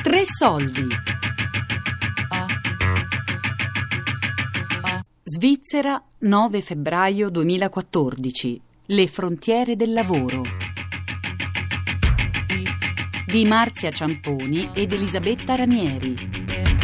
Tre soldi. Svizzera, 9 febbraio 2014. Le frontiere del lavoro. Di Marzia Ciamponi ed Elisabetta Ranieri.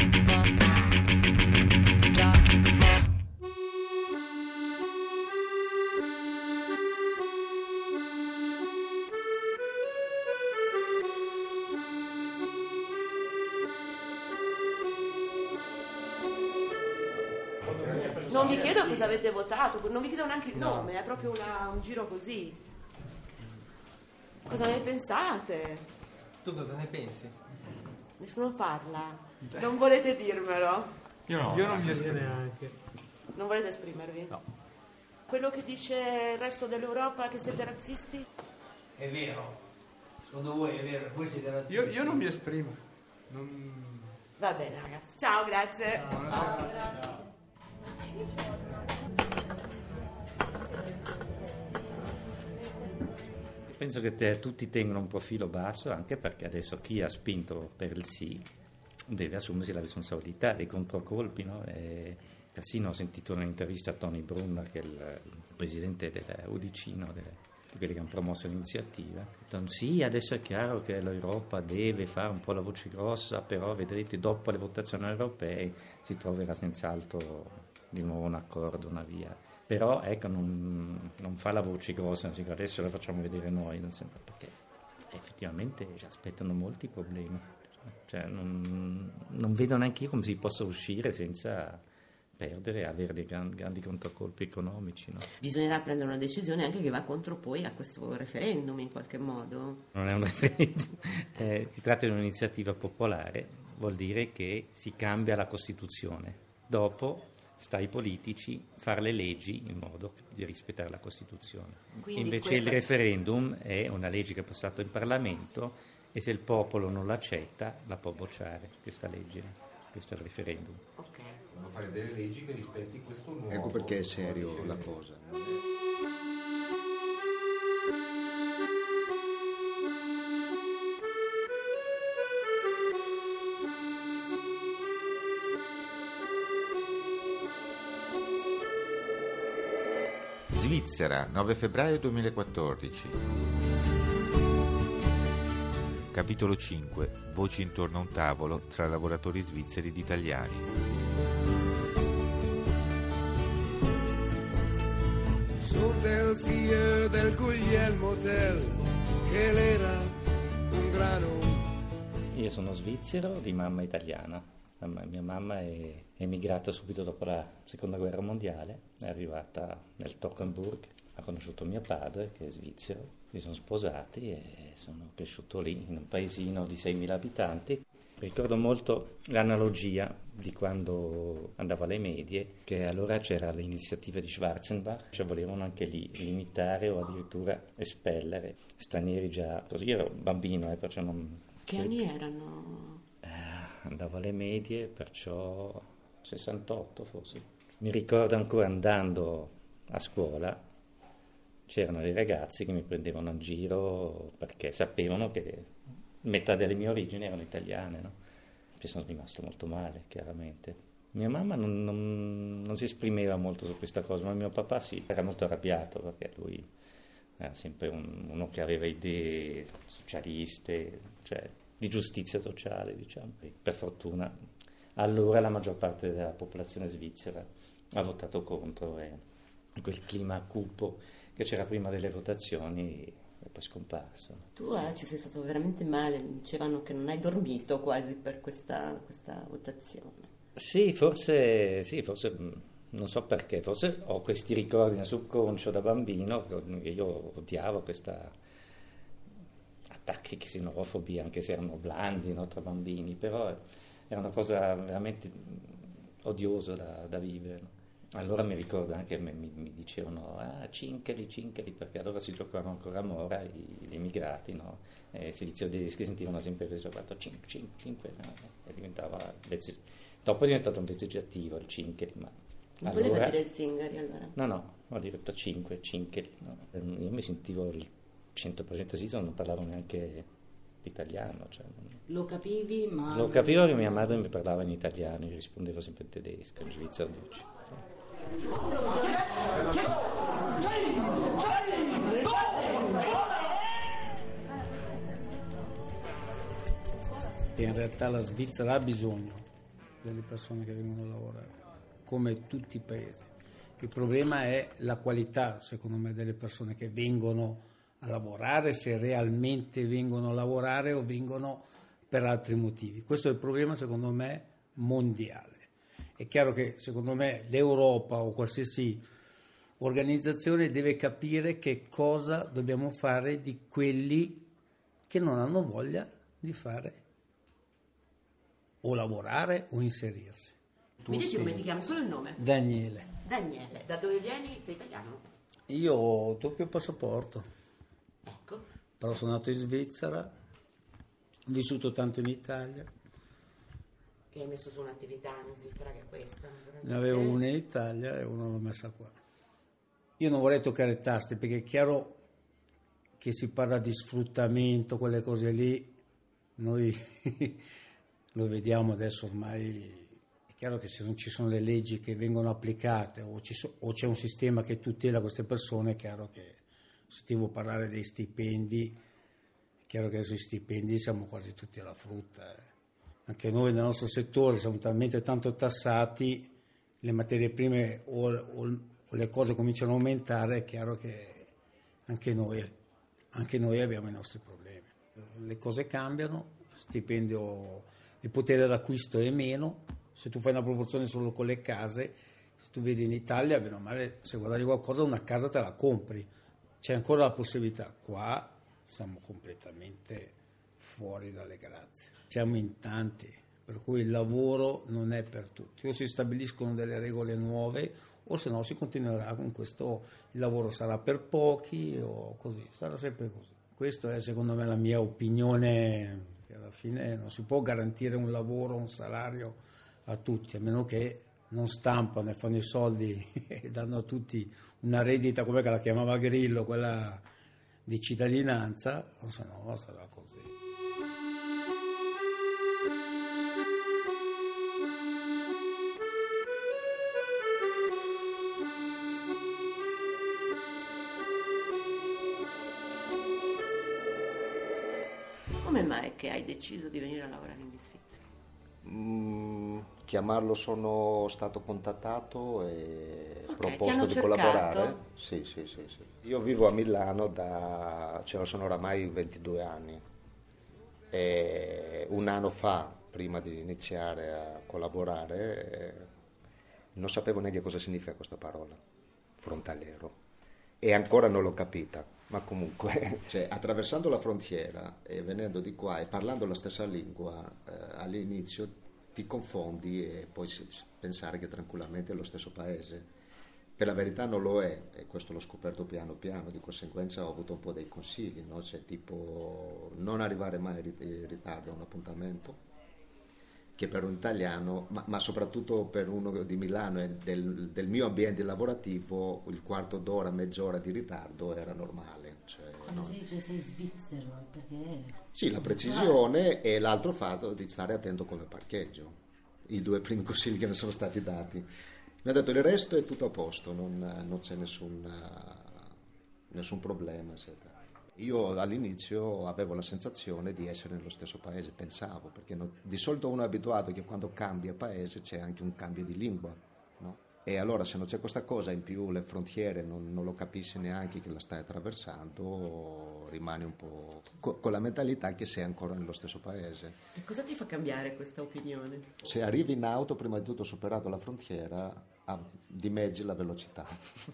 Non vi chiedo cosa avete votato, non vi chiedo neanche il nome, è proprio un giro così. Cosa ne pensate? Tu cosa ne pensi? Nessuno parla. Non volete dirmelo? Io non mi esprimo neanche. Non volete esprimervi? No. Quello che dice il resto dell'Europa che siete razzisti? È vero. Secondo voi è vero? Voi siete razzisti? Io non mi esprimo. Va bene ragazzi. Ciao, grazie. Ciao. Penso che tutti tengono un profilo basso, anche perché adesso chi ha spinto per il sì deve assumersi la responsabilità dei controcolpi, no? Persino ho sentito un'intervista a Tony Brunner, che è il presidente dell'UDC, no? Di quelli che hanno promosso l'iniziativa. Ha detto, sì, adesso è chiaro che l'Europa deve fare un po' la voce grossa, però vedrete dopo le votazioni europee si troverà senz'altro di nuovo un accordo, una via. Però ecco, non fa la voce grossa, adesso la facciamo vedere noi, non sempre, perché effettivamente ci aspettano molti problemi. Cioè, non vedo neanche io come si possa uscire senza perdere e avere dei grandi controcolpi economici. No? Bisognerà prendere una decisione anche che va contro poi a questo referendum in qualche modo. Non è un referendum, si tratta di un'iniziativa popolare, vuol dire che si cambia la Costituzione. Dopo sta ai politici fare le leggi in modo di rispettare la Costituzione. Quindi invece il referendum è una legge che è passata in Parlamento e se il popolo non l'accetta la può bocciare questa legge, questo è il referendum. Ok. Devono fare delle leggi che rispetti questo nuovo. Ecco perché è serio la cosa. Svizzera, 9 febbraio 2014. Capitolo 5. Voci intorno a un tavolo tra lavoratori svizzeri ed italiani. Sul del figlio del Guglielmo Tell, che l'era un grano. Io sono svizzero di mamma italiana. Mia mamma è emigrata subito dopo la seconda guerra mondiale, è arrivata nel Toggenburg, ha conosciuto mio padre che è svizzero, si sono sposati e sono cresciuto lì in un paesino di 6.000 abitanti. Ricordo molto l'analogia di quando andavo alle medie, che allora c'era l'iniziativa di Schwarzenbach, cioè volevano anche lì limitare o addirittura espellere stranieri già così. Io ero bambino, perciò non... Che anni erano? Andavo alle medie, perciò 68 forse. Mi ricordo ancora andando a scuola, c'erano dei ragazzi che mi prendevano in giro perché sapevano che metà delle mie origini erano italiane, no? Ci sono rimasto molto male, chiaramente. Mia mamma non si esprimeva molto su questa cosa, ma mio papà sì, era molto arrabbiato perché lui era sempre uno che aveva idee socialiste, cioè di giustizia sociale, diciamo. E per fortuna allora la maggior parte della popolazione svizzera ha votato contro e quel clima cupo che c'era prima delle votazioni è poi scomparso. Tu ci sei stato veramente male, dicevano che non hai dormito quasi per questa votazione. Sì, forse non so perché, forse ho questi ricordi nel subconscio da bambino, che io odiavo questa attacchi xenofobi, anche se erano blandi, no, tra bambini, però era una cosa veramente odiosa da vivere. No? Allora mi ricordo anche, mi dicevano, cincali, perché allora si giocavano ancora a Mora gli immigrati, no? Svizzeri tedeschi sentivano sempre questo fatto, cinque, no? E diventava, dopo è diventato un vezzeggiativo il cincali, ma non allora... voleva dire zingari allora? No, ho detto cincali, no? Io mi sentivo il 100% svizzero, non parlavo neanche l'italiano. Cioè, Lo capivi, ma... lo capivo che mia madre mi parlava in italiano, io rispondevo sempre in tedesco, in svizzero duce. E in realtà la Svizzera ha bisogno delle persone che vengono a lavorare, come tutti i paesi. Il problema è la qualità, secondo me, delle persone che vengono a lavorare, se realmente vengono a lavorare o vengono per altri motivi. Questo è il problema, secondo me, mondiale. È chiaro che, secondo me, l'Europa o qualsiasi organizzazione deve capire che cosa dobbiamo fare di quelli che non hanno voglia di fare o lavorare o inserirsi. Mi dici come ti chiami? Solo il nome? Daniele. Daniele, da dove vieni? Sei italiano? Io ho doppio passaporto. Ecco. Però sono nato in Svizzera, ho vissuto tanto in Italia. E hai messo su un'attività in Svizzera che è questa? Ne avevo una in Italia e una l'ho messa qua. Io non vorrei toccare tasti perché è chiaro che si parla di sfruttamento, quelle cose lì, noi lo vediamo adesso ormai. È chiaro che se non ci sono le leggi che vengono applicate o c'è un sistema che tutela queste persone, è chiaro che se ti devo parlare dei stipendi, è chiaro che adesso i stipendi siamo quasi tutti alla frutta. Anche noi nel nostro settore siamo talmente tanto tassati, le materie prime o le cose cominciano a aumentare, è chiaro che anche noi abbiamo i nostri problemi. Le cose cambiano, stipendio, il potere d'acquisto è meno. Se tu fai una proporzione solo con le case, se tu vedi in Italia, bene o male, se guadagni qualcosa, una casa te la compri. C'è ancora la possibilità. Qua siamo completamente fuori dalle grazie. Siamo in tanti, per cui il lavoro non è per tutti. O si stabiliscono delle regole nuove, o se no si continuerà con questo, il lavoro sarà per pochi, o così, sarà sempre così. Questa è secondo me la mia opinione, che alla fine non si può garantire un lavoro, un salario a tutti, a meno che non stampano e fanno i soldi e danno a tutti una reddita come la chiamava Grillo, quella di cittadinanza, o se no sarà così. Come mai che hai deciso di venire a lavorare in Svizzera? Chiamarlo, sono stato contattato e ti proposto hanno di cercato? collaborare. Sì. Io vivo a Milano sono oramai 22 anni e un anno fa, prima di iniziare a collaborare, non sapevo neanche cosa significa questa parola, frontaliero, e ancora non l'ho capita, ma comunque... Cioè, attraversando la frontiera e venendo di qua e parlando la stessa lingua, all'inizio ti confondi e puoi pensare che tranquillamente è lo stesso paese. Per la verità non lo è, e questo l'ho scoperto piano piano, di conseguenza ho avuto un po' dei consigli, no? Cioè, tipo non arrivare mai in ritardo a un appuntamento, che per un italiano, ma soprattutto per uno di Milano e del mio ambiente lavorativo, il quarto d'ora, mezz'ora di ritardo era normale. Cioè, quando si dice sei svizzero, perché... Sì, la precisione e l'altro fatto di stare attento con il parcheggio, i due primi consigli che mi sono stati dati. Mi ha detto il resto è tutto a posto, non c'è nessun problema, eccetera. Io all'inizio avevo la sensazione di essere nello stesso paese, pensavo, perché di solito uno è abituato che quando cambia paese c'è anche un cambio di lingua, no? E allora se non c'è questa cosa in più, le frontiere non lo capisci neanche che la stai attraversando, rimani un po' con la mentalità che sei ancora nello stesso paese. E cosa ti fa cambiare questa opinione? Se arrivi in auto, prima di tutto superato la frontiera, dimezzi la velocità.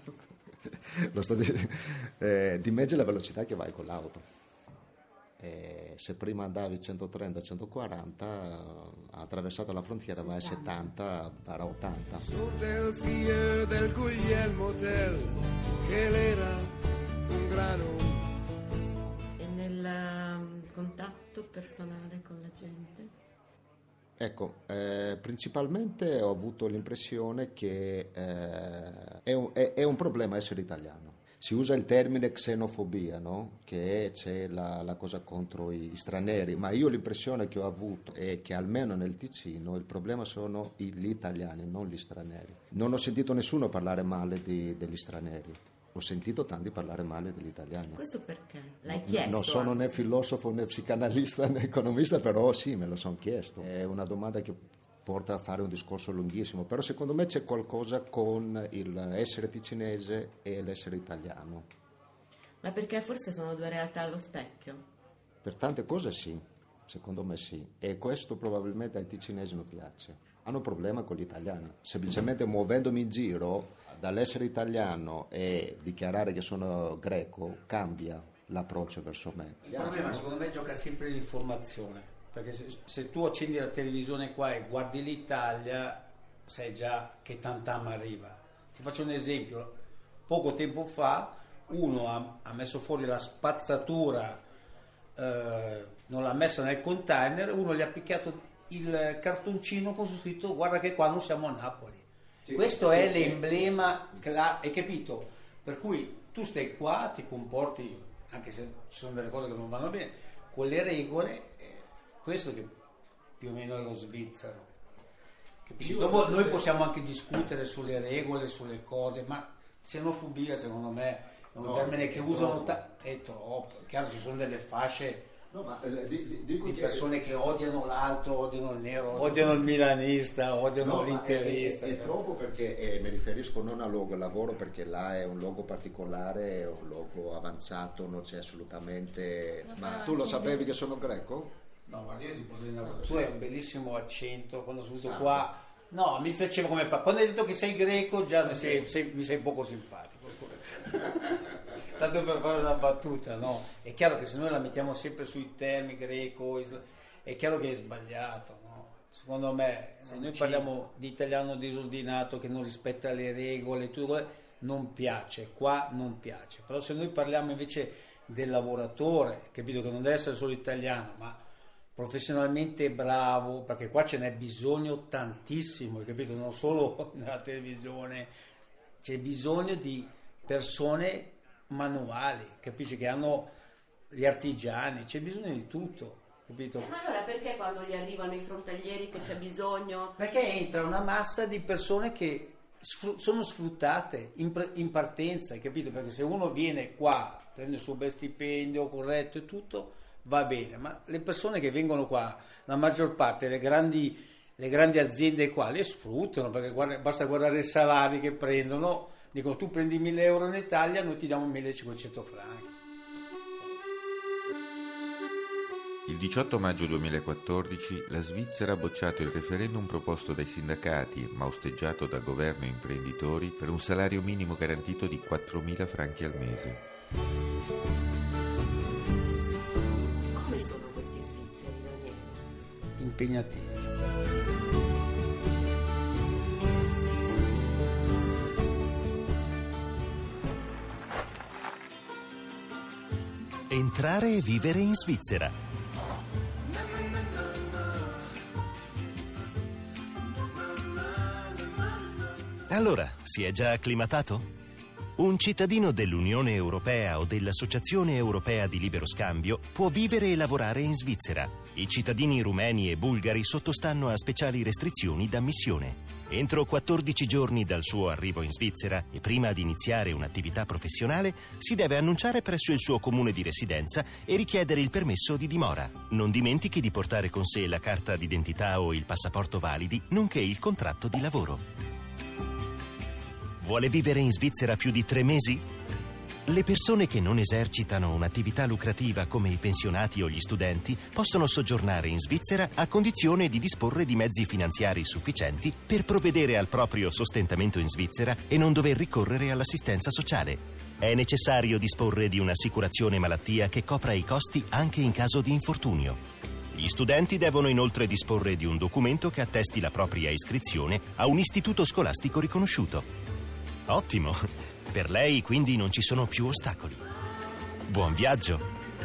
Dimezzi la velocità che vai con l'auto. E se prima andavi 130-140, attraversato la frontiera vai a 70-80. Su del figlio del Guglielmo Tell, che l'era un grano. E nel contatto personale con la gente? Ecco, principalmente ho avuto l'impressione che è un problema essere italiano. Si usa il termine xenofobia, no? Che c'è la cosa contro i stranieri, ma io l'impressione che ho avuto è che almeno nel Ticino il problema sono gli italiani, non gli stranieri. Non ho sentito nessuno parlare male degli stranieri, ho sentito tanti parlare male degli italiani. Questo perché? L'hai chiesto? Non sono anche? né filosofo né psicanalista né economista, però sì, me lo sono chiesto. È una domanda che porta a fare un discorso lunghissimo, però secondo me c'è qualcosa con l'essere ticinese e l'essere italiano. Ma perché forse sono due realtà allo specchio? Per tante cose sì, secondo me sì, e questo probabilmente ai ticinesi non piace. Hanno un problema con gli italiani, semplicemente muovendomi in giro dall'essere italiano e dichiarare che sono greco cambia l'approccio verso me. Il problema secondo me gioca sempre l'informazione. Perché se tu accendi la televisione qua e guardi l'Italia, sai già che Tantam arriva. Ti faccio un esempio. Poco tempo fa uno ha messo fuori la spazzatura, non l'ha messa nel container, uno gli ha picchiato il cartoncino con su scritto guarda che qua non siamo a Napoli. Sì, questo è l'emblema, hai capito? Per cui tu stai qua, ti comporti, anche se ci sono delle cose che non vanno bene, con le regole. Questo che più o meno è lo svizzero. Dopo noi possiamo anche discutere sulle regole, sulle cose, ma xenofobia secondo me è un termine che usano è troppo. Chiaro, ci sono delle fasce di persone che odiano l'altro, odiano il nero, odiano il milanista, odiano l'interista. È troppo, perché mi riferisco non al luogo del lavoro, perché là è un luogo particolare, è un luogo avanzato, non c'è assolutamente. Ma tu lo sapevi che sono greco? No, guarda, io ti posso dire una cosa. Tu hai un bellissimo accento. Quando sono venuto qua, no, mi piaceva come quando hai detto che sei greco, già mi sei poco simpatico. Tanto per fare una battuta, no? È chiaro che se noi la mettiamo sempre sui termini greco, è chiaro che è sbagliato, no? Secondo me, se noi parliamo di italiano disordinato che non rispetta le regole, non piace, qua non piace. Però se noi parliamo invece del lavoratore, capito, che non deve essere solo italiano, ma professionalmente bravo, perché qua ce n'è bisogno tantissimo, capito? Non solo nella televisione, c'è bisogno di persone manuali, capisci, che hanno gli artigiani, c'è bisogno di tutto, capito? Ma allora perché quando gli arrivano i frontalieri che c'è bisogno? Perché entra una massa di persone che sono sfruttate in partenza, capito? Perché se uno viene qua, prende il suo bel stipendio corretto e tutto, va bene, ma le persone che vengono qua, la maggior parte, le grandi aziende qua, le sfruttano, perché basta guardare i salari che prendono, dicono tu prendi 1.000 euro in Italia, noi ti diamo 1.500 franchi. Il 18 maggio 2014 la Svizzera ha bocciato il referendum proposto dai sindacati, ma osteggiato da governo e imprenditori, per un salario minimo garantito di 4.000 franchi al mese. Come sono questi svizzeri, Daniele? Impegnativi. Entrare e vivere in Svizzera. Allora, si è già acclimatato? Un cittadino dell'Unione Europea o dell'Associazione Europea di Libero Scambio può vivere e lavorare in Svizzera. I cittadini rumeni e bulgari sottostanno a speciali restrizioni d'ammissione. Entro 14 giorni dal suo arrivo in Svizzera e prima di iniziare un'attività professionale, si deve annunciare presso il suo comune di residenza e richiedere il permesso di dimora. Non dimentichi di portare con sé la carta d'identità o il passaporto validi, nonché il contratto di lavoro. Vuole vivere in Svizzera più di 3 mesi? Le persone che non esercitano un'attività lucrativa come i pensionati o gli studenti possono soggiornare in Svizzera a condizione di disporre di mezzi finanziari sufficienti per provvedere al proprio sostentamento in Svizzera e non dover ricorrere all'assistenza sociale. È necessario disporre di un'assicurazione malattia che copra i costi anche in caso di infortunio. Gli studenti devono inoltre disporre di un documento che attesti la propria iscrizione a un istituto scolastico riconosciuto. Ottimo! Per lei quindi non ci sono più ostacoli. Buon viaggio!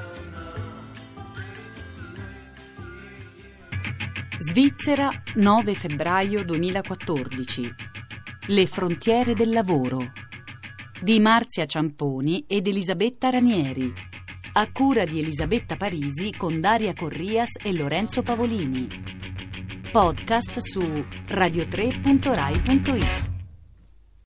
Svizzera, 9 febbraio 2014. Le frontiere del lavoro. di Marzia Ciamponi ed Elisabetta Ranieri, a cura di Elisabetta Parisi con Daria Corrias e Lorenzo Pavolini. Podcast su radio3.rai.it.